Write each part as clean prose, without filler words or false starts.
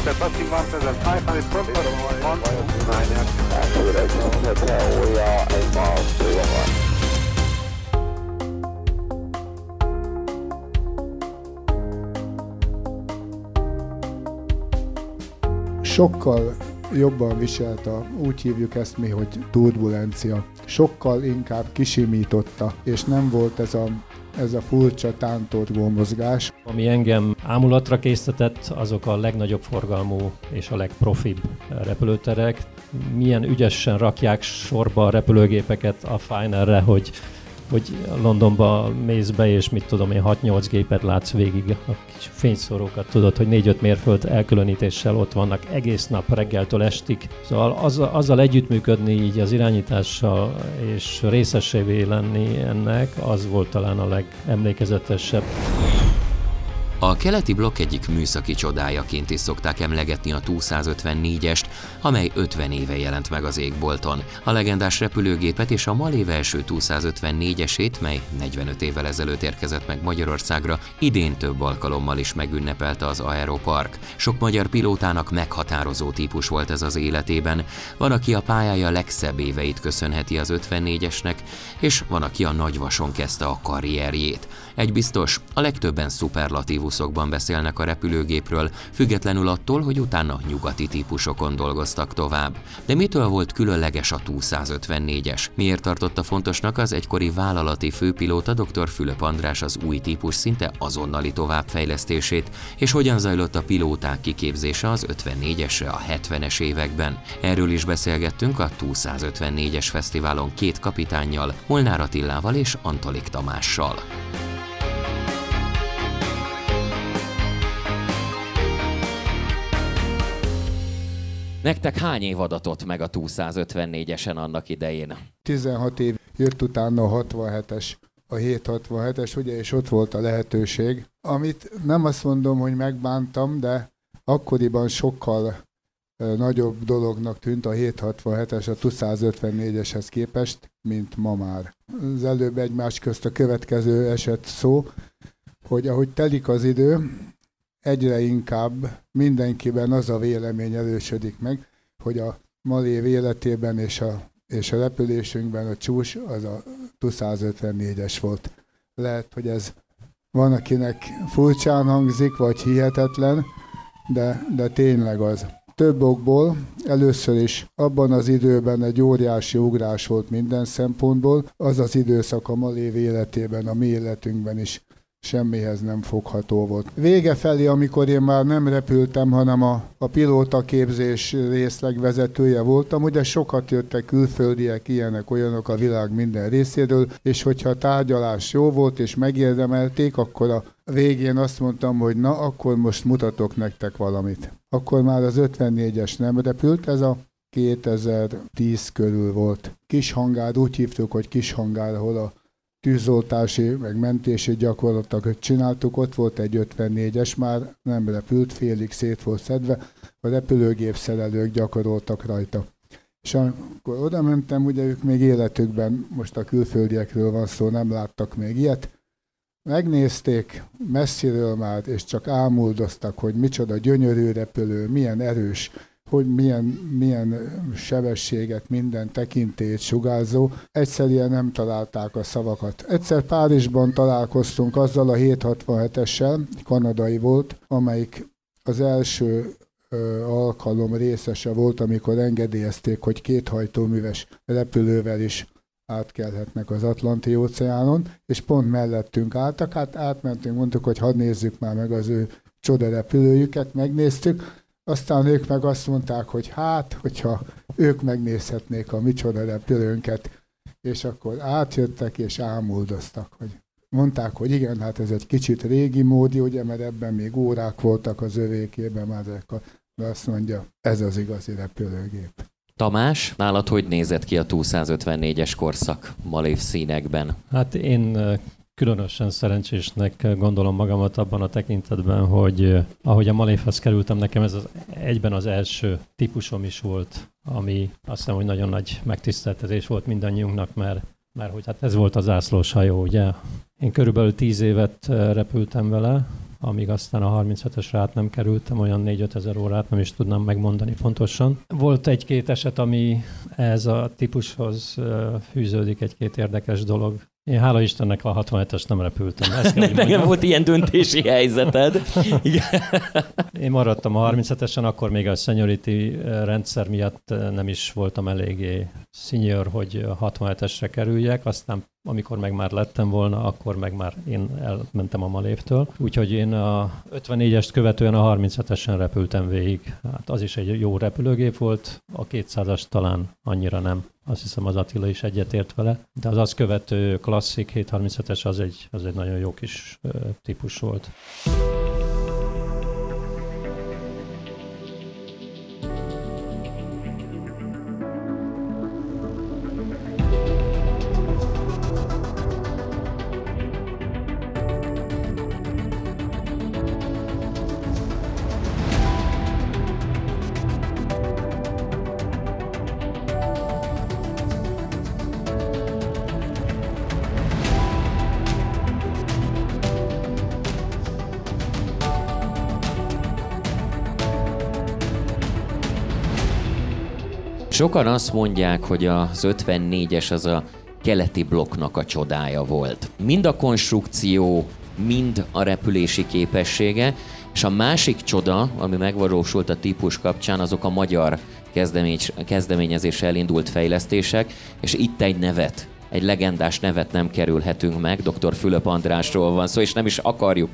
After passing 1,500 foot, 129 We are 8 miles to the right. Sokkal jobban viselte, úgy hívjuk ezt mi, hogy turbulencia. Sokkal inkább kisimította, és nem volt ez a furcsa tántorgó mozgás. Ami engem ámulatra késztetett, azok a legnagyobb forgalmú és a legprofibb repülőterek. Milyen ügyesen rakják sorba a repülőgépeket a Finerre, hogy Londonba mész be, és mit tudom én, 6-8 gépet látsz végig, a kis fényszórókat tudod, hogy 4-5 mérföld elkülönítéssel ott vannak egész nap reggeltől estig. Szóval azzal együttműködni így az irányítással és részesévé lenni ennek, az volt talán a legemlékezetesebb. A keleti blokk egyik műszaki csodájaként is szokták emlegetni a Tu-154-est, amely 50 éve jelent meg az égbolton. A legendás repülőgépet és a Malév első Tu-154-esét, mely 45 évvel ezelőtt érkezett meg Magyarországra, idén több alkalommal is megünnepelte az Aeropark. Sok magyar pilótának meghatározó típus volt ez az életében. Van, aki a pályája legszebb éveit köszönheti az 54-esnek, és van, aki a nagyvason kezdte a karrierjét. Egy biztos, a legtöbben szuperlatívuszokban beszélnek a repülőgépről, függetlenül attól, hogy utána nyugati típusokon dolgoztak tovább. De mitől volt különleges a Tu-154-es? Miért tartotta fontosnak az egykori vállalati főpilóta dr. Fülöp András az új típus szinte azonnali továbbfejlesztését, és hogyan zajlott a pilóták kiképzése az 54-esre a 70-es években? Erről is beszélgettünk a Tu-154-es fesztiválon két kapitánnyal, Molnár Attilával és Antolik Tamással. Nektek hány év adatott meg a Tu-154-esen annak idején? 16 év jött utána a 67-es, a 767-es, ugye, és ott volt a lehetőség, amit nem azt mondom, hogy megbántam, de akkoriban sokkal nagyobb dolognak tűnt a 767-es a Tu-154-eshez képest, mint ma már. Az előbb egymás közt a következő esett szó, hogy ahogy telik az idő, egyre inkább mindenkiben az a vélemény erősödik meg, hogy a Malév életében és a repülésünkben a csúcs az a Tu-154-es volt. Lehet, hogy ez van, akinek furcsán hangzik, vagy hihetetlen, de tényleg az. Több okból, először is abban az időben egy óriási ugrás volt minden szempontból, az az időszak a Malév életében, a mi életünkben is semmihez nem fogható volt. Vége felé, amikor én már nem repültem, hanem a pilótaképzés részlegvezetője voltam, ugye sokat jöttek külföldiek, ilyenek, olyanok a világ minden részéről, és hogyha a tárgyalás jó volt, és megérdemelték, akkor a végén azt mondtam, hogy na, akkor most mutatok nektek valamit. Akkor már az 54-es nem repült, ez a 2010 körül volt. Kishangár, úgy hívtuk, hogy Kishangár, ahol a tűzoltási, meg mentési gyakorlatokat csináltuk, ott volt egy 54-es, már nem repült, félig szét volt szedve, a repülőgép szerelők gyakoroltak rajta. És amikor oda mentem, ugye ők még életükben, most a külföldiekről van szó, nem láttak még ilyet, megnézték messziről már, és csak ámuldoztak, hogy micsoda gyönyörű repülő, milyen erős, hogy milyen sebességet, minden tekintélyt sugárzó. Egyszerűen nem találták a szavakat. Egyszer Párizsban találkoztunk azzal a 767-essel, kanadai volt, amelyik az első alkalom részese volt, amikor engedélyezték, hogy kéthajtóműves repülővel is átkelhetnek az Atlanti-óceánon, és pont mellettünk álltak, hát átmentünk, mondtuk, hogy hadd nézzük már meg az ő csodarepülőjüket, megnéztük, aztán ők meg azt mondták, hogy hát, hogyha ők megnézhetnék a mi csodarepülőnket, és akkor átjöttek és ámuldoztak, hogy mondták, hogy igen, hát ez egy kicsit régi módi, ugye, mert ebben még órák voltak az övékében, már de azt mondja, ez az igazi repülőgép. Tamás, nálad hogy nézett ki a Tu-154-es korszak Malév színekben? Hát én különösen szerencsésnek gondolom magamat abban a tekintetben, hogy ahogy a Malévhez kerültem, nekem ez egyben az első típusom is volt, ami azt hiszem, hogy nagyon nagy megtiszteltetés volt mindannyiunknak, mert mert hogy hát ez volt az zászlós hajó, ugye. Én körülbelül 10 évet repültem vele, amíg aztán a 37-esre át nem kerültem, olyan 4-5 ezer órát, nem is tudnám megmondani pontosan. Volt egy-két eset, ami ehhez a típushoz fűződik, egy-két érdekes dolog. Én hála Istennek a 67-es nem repültem. Nem volt ilyen döntési helyzeted. Én maradtam a 37-esen, akkor még a seniority rendszer miatt nem is voltam eléggé senior, hogy 67-esre kerüljek, aztán amikor meg már lettem volna, akkor meg már én elmentem a Malévtől. Úgyhogy én a 54-est követően a 37-esen repültem végig. Hát az is egy jó repülőgép volt, a 200-as talán annyira nem. Azt hiszem az Attila is egyetért vele, de az azt követő klasszik 737-es az egy nagyon jó kis típus volt. Sokan azt mondják, hogy az 54-es az a keleti blokknak a csodája volt. Mind a konstrukció, mind a repülési képessége, és a másik csoda, ami megvalósult a típus kapcsán, azok a magyar kezdeményezésre elindult fejlesztések, és itt egy legendás nevet nem kerülhetünk meg, dr. Fülöp Andrásról van szó, és nem is akarjuk.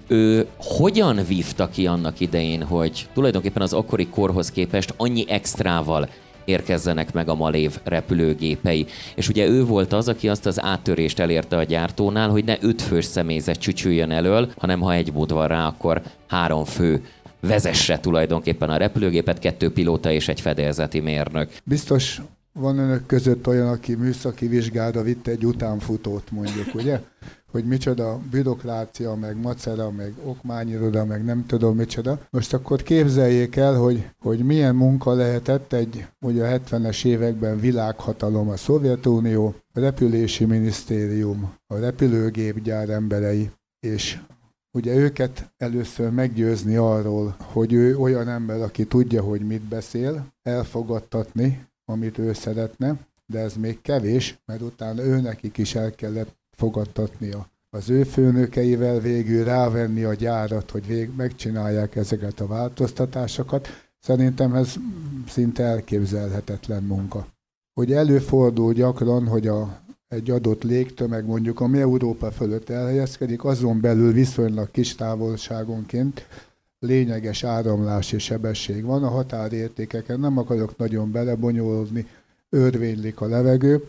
Ő hogyan vívta ki annak idején, hogy tulajdonképpen az akkori korhoz képest annyi extrával érkezzenek meg a Malév repülőgépei. És ugye ő volt az, aki azt az áttörést elérte a gyártónál, hogy ne 5 fős személyzet csücsüljön elől, hanem ha egy mód van rá, akkor 3 fő vezesse tulajdonképpen a repülőgépet, 2 pilóta és egy fedélzeti mérnök. Biztos van önök között olyan, aki műszaki vizsgára vitte egy utánfutót, mondjuk, ugye? Hogy micsoda bürokrácia, meg macera, meg okmányiroda, meg nem tudom micsoda. Most akkor képzeljék el, hogy milyen munka lehetett ugye a 70-es években világhatalom, a Szovjetunió, a repülési minisztérium, a repülőgépgyár emberei, és ugye őket először meggyőzni arról, hogy ő olyan ember, aki tudja, hogy mit beszél, elfogadtatni, amit ő szeretne, de ez még kevés, mert utána őnekik is el kellett fogadtatnia az ő főnökeivel, végül rávenni a gyárat, hogy megcsinálják ezeket a változtatásokat. Szerintem ez szinte elképzelhetetlen munka. Hogy előfordul gyakran, hogy egy adott légtömeg mondjuk, ami Európa fölött elhelyezkedik, azon belül viszonylag kis távolságonként lényeges áramlás és sebesség van. A határértékeken nem akarok nagyon belebonyolódni, örvénylik a levegő.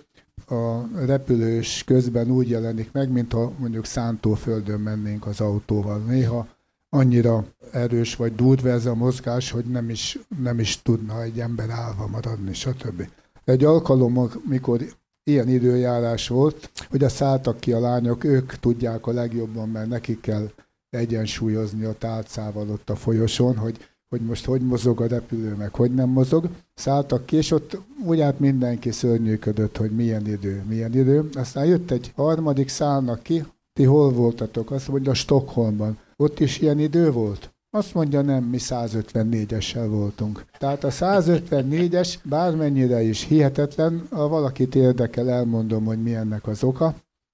A repülés közben úgy jelenik meg, mintha mondjuk szántóföldön mennénk az autóval. Néha annyira erős vagy durva ez a mozgás, hogy nem is tudna egy ember állva maradni, stb. Egy alkalom, mikor ilyen időjárás volt, hogy szálltak ki a lányok, ők tudják a legjobban, mert nekik kell egyensúlyozni a tálcával ott a folyosón, hogy most hogy mozog a repülő, meg hogy nem mozog. Szálltak ki, és ott úgy át mindenki szörnyűködött, hogy milyen idő. Aztán jött egy harmadik, szállnak ki, ti hol voltatok? Azt mondja, Stockholmban. Ott is ilyen idő volt? Azt mondja, nem, mi 154-essel voltunk. Tehát a 154-es bármennyire is hihetetlen, ha valakit érdekel, elmondom, hogy mi ennek az oka.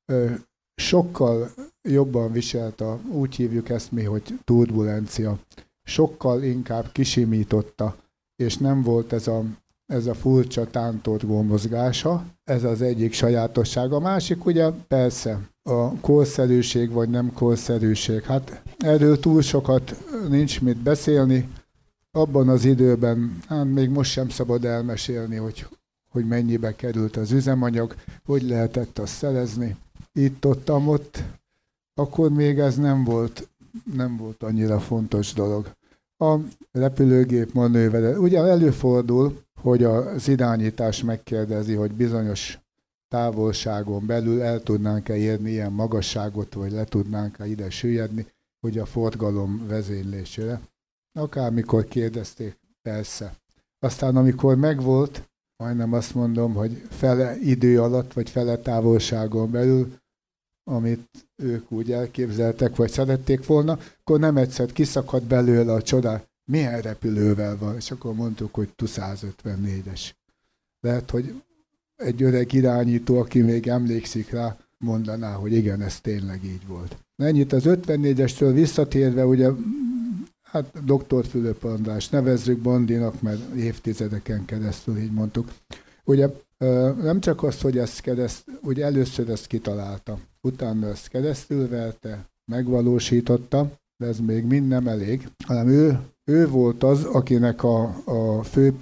Sokkal jobban viselt úgy hívjuk ezt mi, hogy turbulencia. Sokkal inkább kisimította, és nem volt ez a furcsa tántorgó mozgása. Ez az egyik sajátossága. A másik ugye persze a korszerűség vagy nem korszerűség. Hát erről túl sokat nincs mit beszélni. Abban az időben, még most sem szabad elmesélni, hogy mennyibe került az üzemanyag, hogy lehetett azt szerezni. Itt, ott, akkor még ez nem volt annyira fontos dolog. A repülőgép manőver, ugye előfordul, hogy az irányítás megkérdezi, hogy bizonyos távolságon belül el tudnánk-e érni ilyen magasságot, vagy le tudnánk-e ide süllyedni, hogy a forgalom vezénylésére. Akármikor kérdezték, persze. Aztán amikor megvolt, majdnem azt mondom, hogy fele idő alatt, vagy fele távolságon belül, amit ők úgy elképzeltek, vagy szerették volna, akkor nem egyszer kiszakadt belőle a csoda, milyen repülővel van, és akkor mondtuk, hogy Tu-154-es. Lehet, hogy egy öreg irányító, aki még emlékszik rá, mondaná, hogy igen, ez tényleg így volt. Ennyit az 54-estől visszatérve, ugye, hát Dr. Fülöp András nevezzük Bandinak, mert évtizedeken keresztül így mondtuk. Ugye nem csak az, hogy ugye először ezt kitalálta, utána ezt keresztülverte, megvalósította, de ez még mind nem elég, hanem ő volt az, akinek a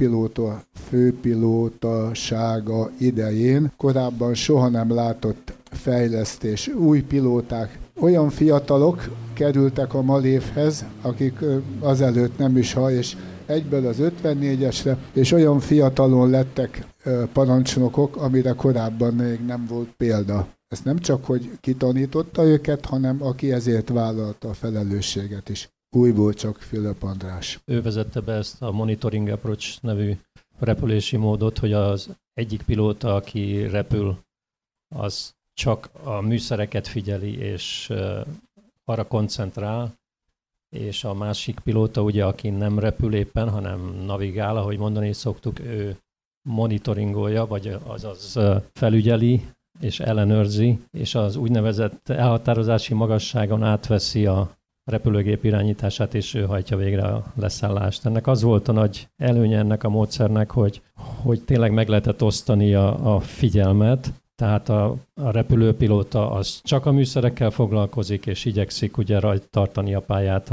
főpilótasága idején korábban soha nem látott fejlesztés. Új pilóták, olyan fiatalok kerültek a Malévhez, akik azelőtt nem is és egyből az 54-esre, és olyan fiatalon lettek parancsnokok, amire korábban még nem volt példa. Ez nem csak, hogy kitanította őket, hanem aki ezért vállalta a felelősséget is. Újból csak Fülöp András. Ő vezette be ezt a Monitoring Approach nevű repülési módot, hogy az egyik pilóta, aki repül, az csak a műszereket figyeli, és arra koncentrál, és a másik pilóta, ugye, aki nem repül éppen, hanem navigál, ahogy mondani szoktuk, ő monitoringolja, vagy azaz felügyeli, és ellenőrzi, és az úgynevezett elhatározási magasságon átveszi a repülőgép irányítását, és ő hajtja végre a leszállást. Ennek az volt a nagy előnye ennek a módszernek, hogy tényleg meg lehetett osztani a figyelmet, tehát a repülőpilóta az csak a műszerekkel foglalkozik, és igyekszik ugye rajta tartani a pályát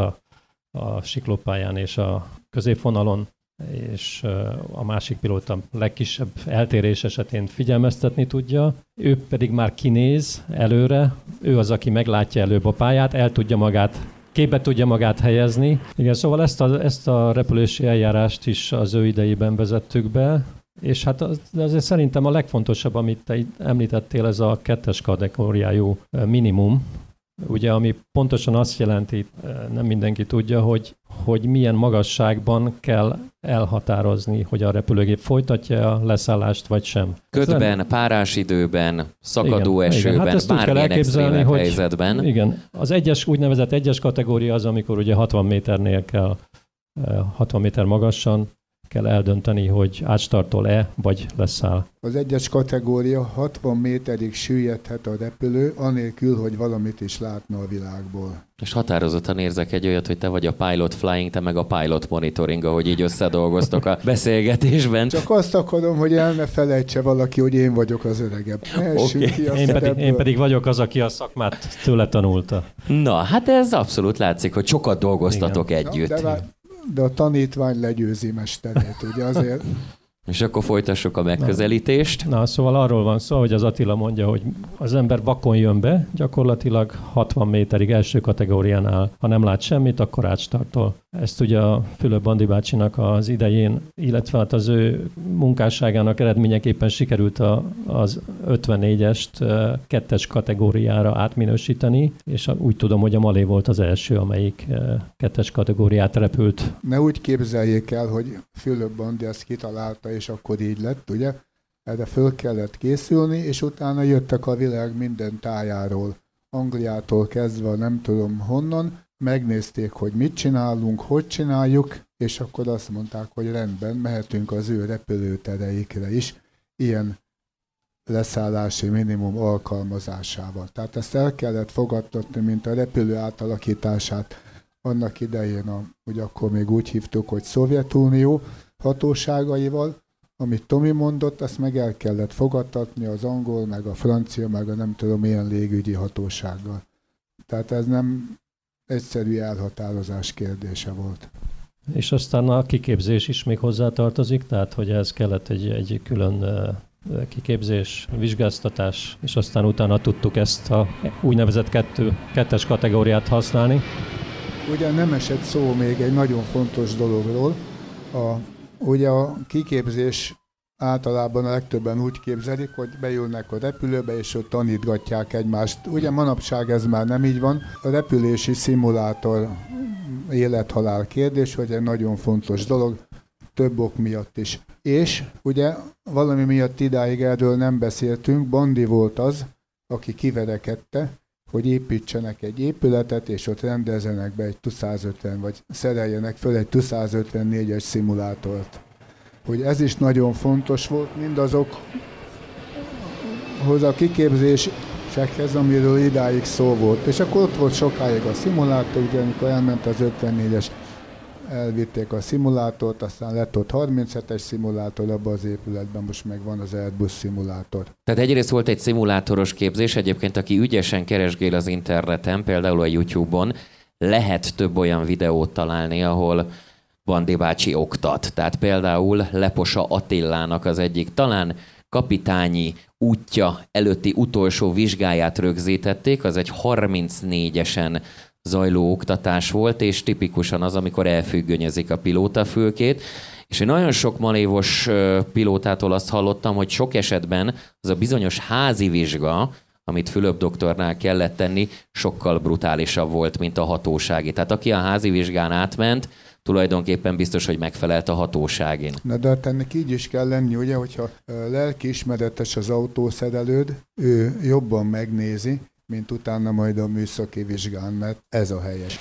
a siklópályán és a középvonalon, és a másik pilóta legkisebb eltérés esetén figyelmeztetni tudja. Ő pedig már kinéz előre, ő az, aki meglátja előbb a pályát, képbe tudja magát helyezni. Igen, szóval ezt a repülési eljárást is az ő idejében vezettük be, és hát azért szerintem a legfontosabb, amit te említettél, ez a 2-es kategóriájú minimum, ugye, ami pontosan azt jelenti, nem mindenki tudja, hogy milyen magasságban kell elhatározni, hogy a repülőgép folytatja a leszállást, vagy sem. Ködben, párásidőben, szakadó igen, esőben, hát bármilyen extrém helyzetben. Igen, az úgynevezett egyes kategória az, amikor ugye 60 méternél kell, 60 méter magasan kell eldönteni, hogy átstartol-e, vagy leszáll. Az egyes kategória 60 méterig süllyedhet a repülő, anélkül, hogy valamit is látna a világból. És határozottan érzek egy olyat, hogy te vagy a pilot flying, te meg a pilot monitoring, ahogy így összedolgoztok a beszélgetésben. Csak azt akarom, hogy el ne felejtse valaki, hogy én vagyok az öregebb. Én pedig vagyok az, aki a szakmát tőle tanulta. Na, hát ez abszolút látszik, hogy sokat dolgoztatok igen. együtt. De a tanítvány legyőzi mesterét, ugye azért. És akkor folytassuk a megközelítést. Na, szóval arról van szó, hogy az Attila mondja, hogy az ember vakon jön be, gyakorlatilag 60 méterig első kategóriánál. Ha nem lát semmit, akkor átstartol. Ezt ugye a Fülöp Bandi bácsinak az idején, illetve hát az ő munkásságának eredményeképpen sikerült az 54-est 2-es kategóriára átminősíteni, és úgy tudom, hogy a Malé volt az első, amelyik 2-es kategóriát repült. Ne úgy képzeljék el, hogy Fülöp Bandi ezt kitalálta, és akkor így lett, ugye? Erre föl kellett készülni, és utána jöttek a világ minden tájáról, Angliától kezdve nem tudom honnan, megnézték, hogy mit csinálunk, hogy csináljuk, és akkor azt mondták, hogy rendben, mehetünk az ő repülőtereikre is, ilyen leszállási minimum alkalmazásával. Tehát ezt el kellett fogadtatni, mint a repülő átalakítását annak idején, ugye akkor még úgy hívtuk, hogy Szovjetunió hatóságaival, amit Tomi mondott, azt meg el kellett fogadtatni az angol, meg a francia, meg a nem tudom milyen légügyi hatósággal. Tehát ez nem egyszerű elhatározás kérdése volt. És aztán a kiképzés is még hozzátartozik, tehát hogy ez kellett egy külön kiképzés, vizsgáztatás, és aztán utána tudtuk ezt a úgynevezett 2-es kategóriát használni. Ugye nem esett szó még egy nagyon fontos dologról. Ugye a kiképzés általában a legtöbben úgy képzelik, hogy beülnek a repülőbe, és ott tanítgatják egymást. Ugye manapság ez már nem így van. A repülési szimulátor élet-halál kérdés, hogy egy nagyon fontos dolog. több ok miatt is. És ugye valami miatt idáig erről nem beszéltünk, Bondi volt az, aki kiverekedte, hogy építsenek egy épületet, és ott rendezzenek be egy TU-150, vagy szereljenek föl egy TU-154-es szimulátort. Hogy ez is nagyon fontos volt mindazokhoz a kiképzésekhez, amiről idáig szó volt. És akkor ott volt sokáig a szimulátor, ugye amikor elment az 54-es, elvitték a szimulátort, aztán lett ott 37-es szimulátor abban az épületben, most meg van az Airbus szimulátor. Tehát egyrészt volt egy szimulátoros képzés, egyébként aki ügyesen keresgél az interneten, például a YouTube-on, lehet több olyan videót találni, ahol Bandi bácsi oktat. Tehát például Leposa Attilának az egyik talán kapitányi útja előtti utolsó vizsgáját rögzítették, az egy 34-esen zajló oktatás volt, és tipikusan az, amikor elfüggönyezik a pilótafülkét. És én nagyon sok malévos pilótától azt hallottam, hogy sok esetben az a bizonyos házi vizsga, amit Fülöp doktornál kellett tenni, sokkal brutálisabb volt, mint a hatósági. Tehát aki a házi vizsgán átment, tulajdonképpen biztos, hogy megfelelt a hatóságén. Na de hát ennek így is kell lenni, ugye, hogyha lelkiismeretes az autószerelőd, ő jobban megnézi, mint utána majd a műszaki vizsgán, mert ez a helyes.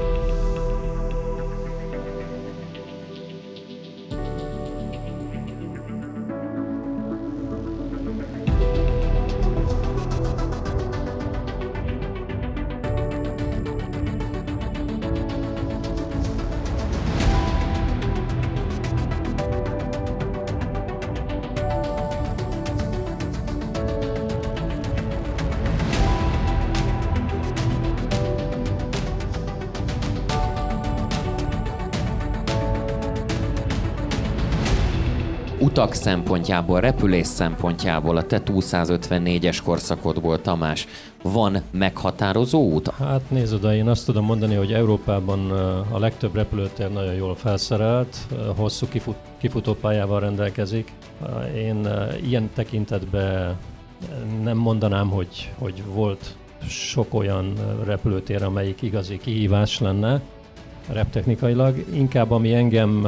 Utak szempontjából, repülés szempontjából, a te TU-154-es korszakodból, Tamás, van meghatározó út? Hát nézd oda, én azt tudom mondani, hogy Európában a legtöbb repülőtér nagyon jól felszerelt, hosszú kifutópályával rendelkezik. Én ilyen tekintetben nem mondanám, hogy volt sok olyan repülőtér, amelyik igazi kihívás lenne reptechnikailag. Inkább ami engem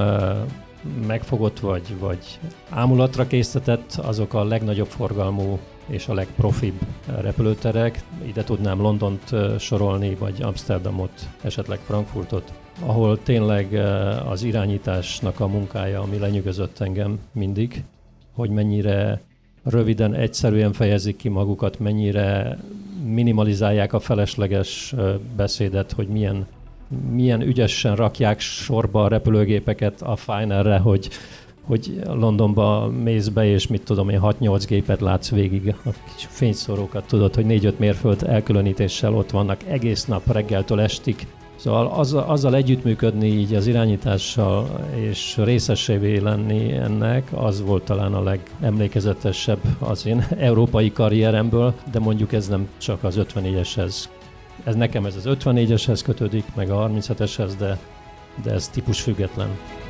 megfogott vagy ámulatra késztetett, azok a legnagyobb forgalmú és a legprofibb repülőterek. Ide tudnám Londont sorolni, vagy Amsterdamot, esetleg Frankfurtot, ahol tényleg az irányításnak a munkája, ami lenyűgözött engem mindig, hogy mennyire röviden, egyszerűen fejezik ki magukat, mennyire minimalizálják a felesleges beszédet, hogy milyen ügyesen rakják sorba a repülőgépeket a Finerre, hogy Londonba mész be, és mit tudom én, 6-8 gépet látsz végig, a kis fényszórókat tudod, hogy 4-5 mérföld elkülönítéssel ott vannak egész nap, reggeltől estig. Szóval azzal együttműködni így az irányítással és részesévé lenni ennek, az volt talán a legemlékezetesebb az én európai karrieremből, de mondjuk ez nem csak az 54-eshez. Nekem ez az 54-eshez kötődik, meg a 37-eshez, de ez típus független.